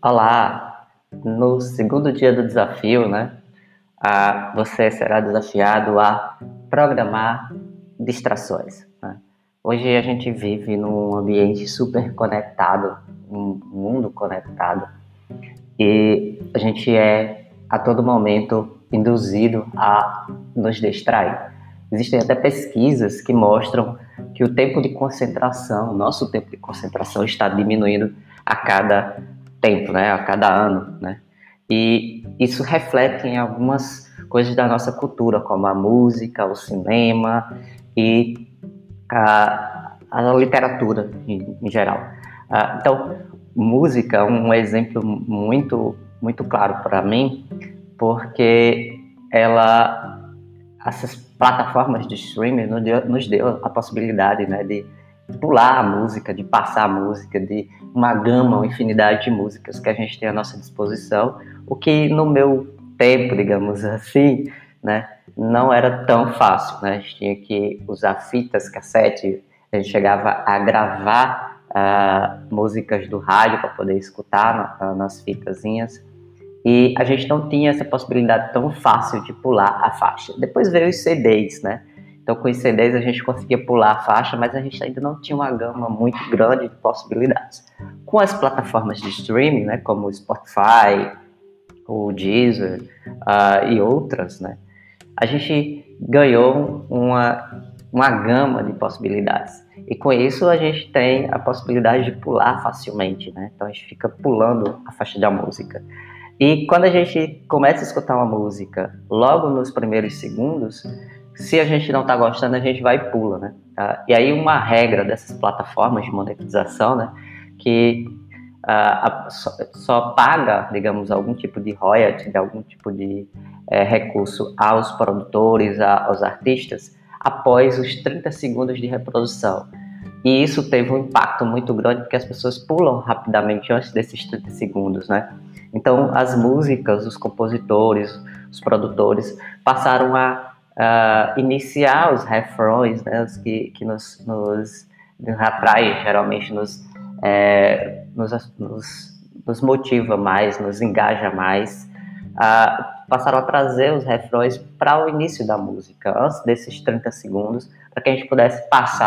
Olá! No segundo dia do desafio, né, você será desafiado a programar distrações, né? Hoje a gente vive num ambiente super conectado, um mundo conectado, e a gente é a todo momento induzido a nos distrair. Existem até pesquisas que mostram que o tempo de concentração, nosso tempo de concentração está diminuindo a cada tempo, né, a cada ano, né? E isso reflete em algumas coisas da nossa cultura, como a música, o cinema e a literatura em geral. Então, música é um exemplo muito claro para mim, porque essas plataformas de streaming nos deu a possibilidade, né, de pular a música, de passar a música, de uma gama, uma infinidade de músicas que a gente tem à nossa disposição, o que no meu tempo, digamos assim, né, não era tão fácil, né? A gente tinha que usar fitas, cassete, a gente chegava a gravar músicas do rádio para poder escutar nas fitazinhas, e a gente não tinha essa possibilidade tão fácil de pular a faixa. Depois veio os CDs, né? Então, com os CDs a gente conseguia pular a faixa, mas a gente ainda não tinha uma gama muito grande de possibilidades. Com as plataformas de streaming, né, como o Spotify, o Deezer e outras, né, a gente ganhou uma gama de possibilidades. E com isso a gente tem a possibilidade de pular facilmente, né? Então a gente fica pulando a faixa da música. E quando a gente começa a escutar uma música, logo nos primeiros segundos, se a gente não está gostando, a gente vai e pula, né? E aí uma regra dessas plataformas de monetização, né, que só paga, digamos, algum tipo de royalty, de algum tipo de recurso aos produtores, aos artistas, após os 30 segundos de reprodução. E isso teve um impacto muito grande, porque as pessoas pulam rapidamente antes desses 30 segundos, né? Então, as músicas, os compositores, os produtores passaram a iniciar os refrões, né, os que nos atraem, geralmente nos motiva mais, nos engaja mais, passaram a trazer os refrões para o início da música, antes desses 30 segundos, para que a gente pudesse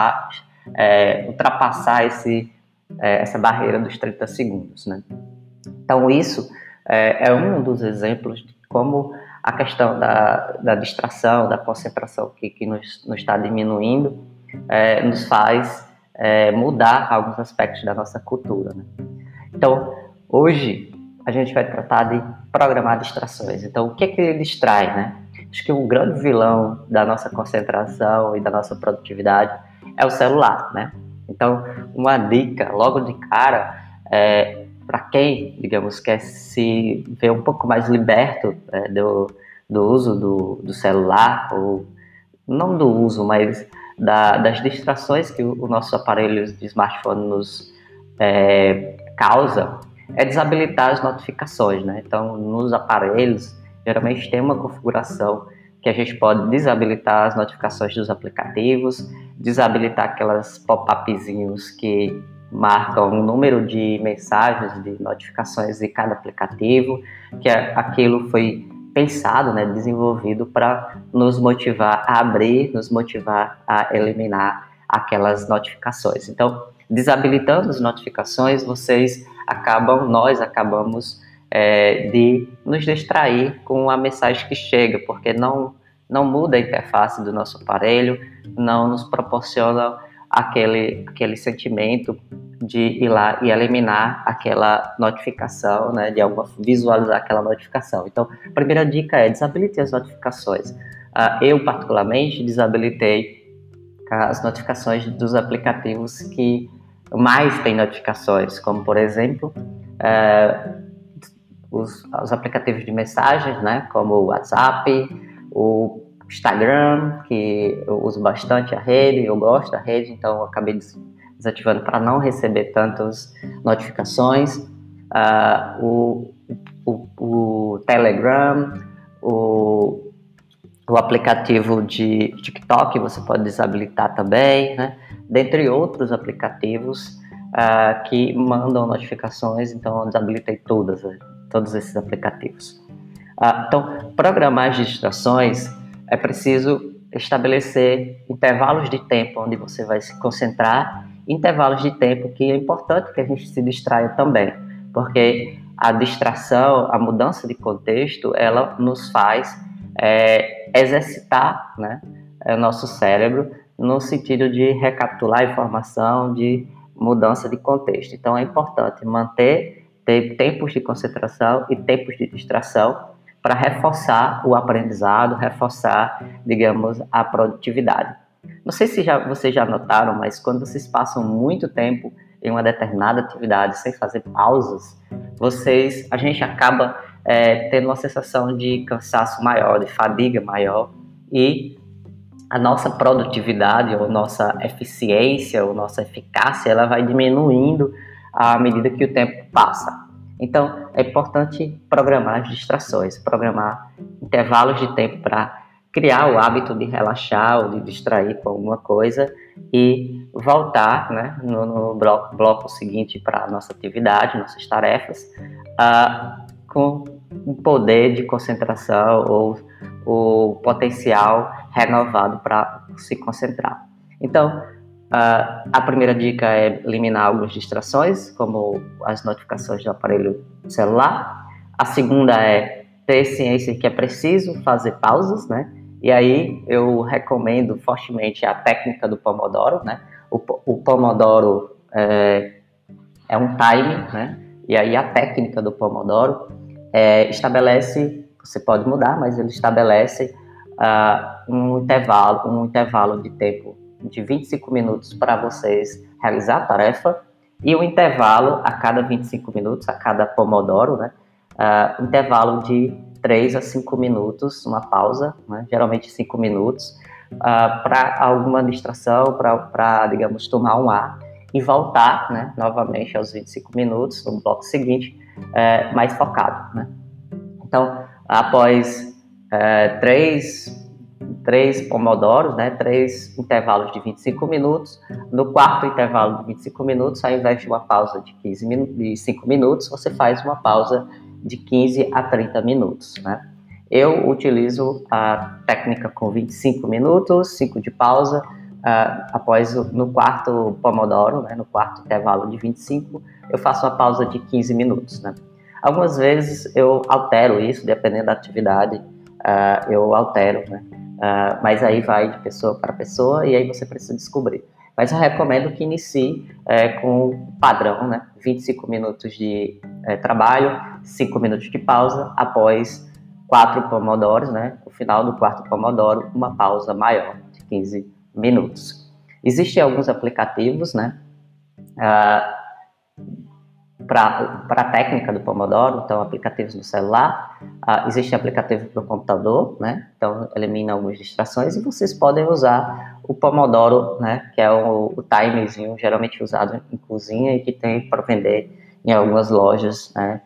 ultrapassar essa barreira dos 30 segundos, né? Então, isso é um dos exemplos de como a questão da distração, da concentração que nos está diminuindo, nos faz mudar alguns aspectos da nossa cultura, né? Então, hoje, a gente vai tratar de programar distrações. Então, o que é que ele distrai, né? Acho que um grande vilão da nossa concentração e da nossa produtividade é o celular, né? Então, uma dica, logo de cara, para quem, digamos, quer se ver um pouco mais liberto do uso do celular, ou não do uso, mas das distrações que o nosso aparelho de smartphone nos causa, é desabilitar as notificações, né? Então, nos aparelhos, geralmente tem uma configuração que a gente pode desabilitar as notificações dos aplicativos, desabilitar aquelas pop-upzinhos que marcam o número de mensagens, de notificações de cada aplicativo, que aquilo foi pensado, né, desenvolvido para nos motivar a abrir, nos motivar a eliminar aquelas notificações. Então, desabilitando as notificações, nós acabamos de nos distrair com a mensagem que chega, porque não muda a interface do nosso aparelho, não nos proporciona aquele sentimento de ir lá e eliminar aquela notificação, né, visualizar aquela notificação. Então, a primeira dica é desabilite as notificações. Eu, particularmente, desabilitei as notificações dos aplicativos que mais têm notificações, como, por exemplo, os aplicativos de mensagens, né, como o WhatsApp, o Instagram, que eu uso bastante a rede, eu gosto da rede, então eu acabei desativando para não receber tantas notificações. O Telegram, o aplicativo de TikTok você pode desabilitar também, né? Dentre outros aplicativos que mandam notificações, então eu desabilitei todos esses aplicativos. Então, programar as distrações é preciso estabelecer intervalos de tempo onde você vai se concentrar, intervalos de tempo que é importante que a gente se distraia também, porque a distração, a mudança de contexto, ela nos faz exercitar, né, o nosso cérebro no sentido de recapitular a informação, de mudança de contexto. Então é importante ter tempos de concentração e tempos de distração para reforçar o aprendizado, reforçar, digamos, a produtividade. Não sei se vocês já notaram, mas quando vocês passam muito tempo em uma determinada atividade sem fazer pausas, a gente acaba tendo uma sensação de cansaço maior, de fadiga maior, e a nossa produtividade, ou nossa eficiência, ou nossa eficácia, ela vai diminuindo à medida que o tempo passa. Então, é importante programar as distrações, programar intervalos de tempo para criar o hábito de relaxar ou de distrair com alguma coisa e voltar, né, no bloco seguinte para a nossa atividade, nossas tarefas, com um poder de concentração ou o potencial renovado para se concentrar. Então, a primeira dica é eliminar algumas distrações, como as notificações do aparelho celular. A segunda é ter ciência que é preciso fazer pausas, né? E aí eu recomendo fortemente a técnica do Pomodoro, né? O Pomodoro é um timer, né? E aí a técnica do Pomodoro estabelece, você pode mudar, mas ele estabelece um intervalo de tempo de 25 minutos para vocês realizar a tarefa e um intervalo a cada 25 minutos, a cada Pomodoro, né? Um intervalo de 3 a 5 minutos, uma pausa, né? Geralmente 5 minutos, para alguma distração, para, digamos, tomar um ar e voltar, né, novamente aos 25 minutos, no bloco seguinte, mais focado, né? Então, após três pomodoros, né, 3 intervalos de 25 minutos, no quarto intervalo de 25 minutos, ao invés de uma pausa de 5 minutos, você faz uma pausa de 15 a 30 minutos, né? Eu utilizo a técnica com 25 minutos, 5 de pausa, no quarto pomodoro, né, no quarto intervalo de 25, eu faço uma pausa de 15 minutos, né? Algumas vezes eu altero isso, dependendo da atividade, eu altero, né? Mas aí vai de pessoa para pessoa e aí você precisa descobrir. Mas eu recomendo que inicie com o padrão, né? 25 minutos de trabalho, 5 minutos de pausa, após 4 pomodoros, né? No final do quarto pomodoro, uma pausa maior de 15 minutos. Existem alguns aplicativos, né? Para a técnica do Pomodoro, então aplicativos no celular, existe aplicativo para o computador, né? Então elimina algumas distrações e vocês podem usar o Pomodoro, né? Que é o timerzinho geralmente usado em cozinha e que tem para vender em algumas lojas, né?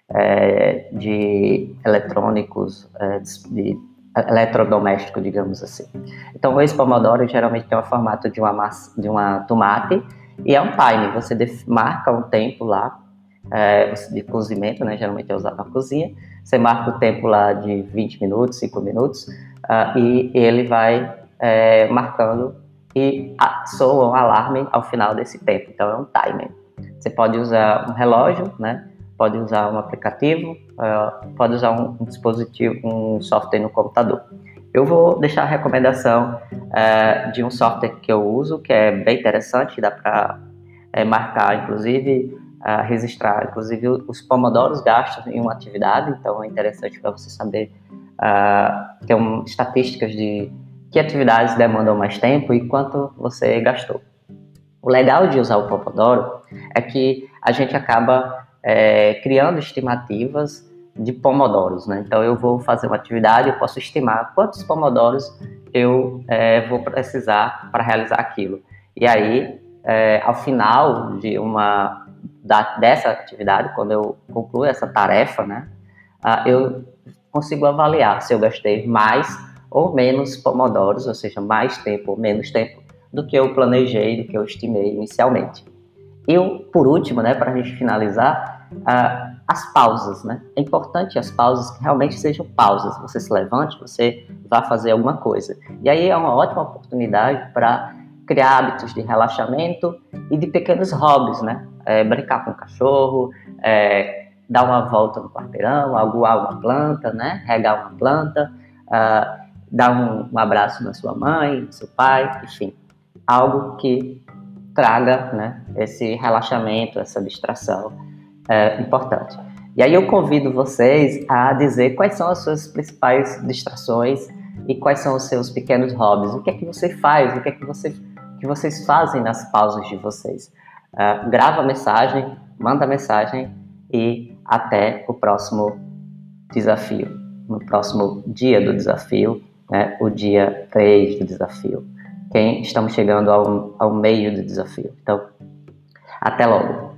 De eletrônicos, de eletrodoméstico, digamos assim. Então esse Pomodoro geralmente tem o formato de uma tomate e é um timer, você marca um tempo lá de cozimento, né? Geralmente é usado na cozinha. Você marca o tempo lá de 20 minutos, 5 minutos, e ele vai marcando e soa um alarme ao final desse tempo. Então é um timer. Você pode usar um relógio, né? Pode usar um aplicativo, pode usar um dispositivo, um software no computador. Eu vou deixar a recomendação de um software que eu uso, que é bem interessante, dá para marcar, inclusive, registrar, inclusive, os pomodoros gastos em uma atividade, então é interessante para você saber, tem estatísticas de que atividades demandam mais tempo e quanto você gastou. O legal de usar o Pomodoro é que a gente acaba criando estimativas de pomodoros, né? Então eu vou fazer uma atividade, eu posso estimar quantos pomodoros eu vou precisar para realizar aquilo. E aí, ao final dessa atividade, quando eu concluo essa tarefa, né, eu consigo avaliar se eu gastei mais ou menos pomodoros, ou seja, mais tempo ou menos tempo do que eu planejei, do que eu estimei inicialmente. Por último, né, para a gente finalizar, as pausas, né? É importante as pausas que realmente sejam pausas. Você se levante, você vá fazer alguma coisa. E aí é uma ótima oportunidade para criar hábitos de relaxamento e de pequenos hobbies, né? Brincar com o cachorro, dar uma volta no quarteirão, aguar uma planta, né? Regar uma planta, dar um abraço na sua mãe, no seu pai, enfim. Algo que traga, né, esse relaxamento, essa distração importante. E aí eu convido vocês a dizer quais são as suas principais distrações e quais são os seus pequenos hobbies. O que é que você faz? O que é que vocês fazem nas pausas de vocês? Grava a mensagem, manda a mensagem e até o próximo desafio. No próximo dia do desafio, né, o dia 3 do desafio. Estamos chegando ao meio do desafio. Então, até logo!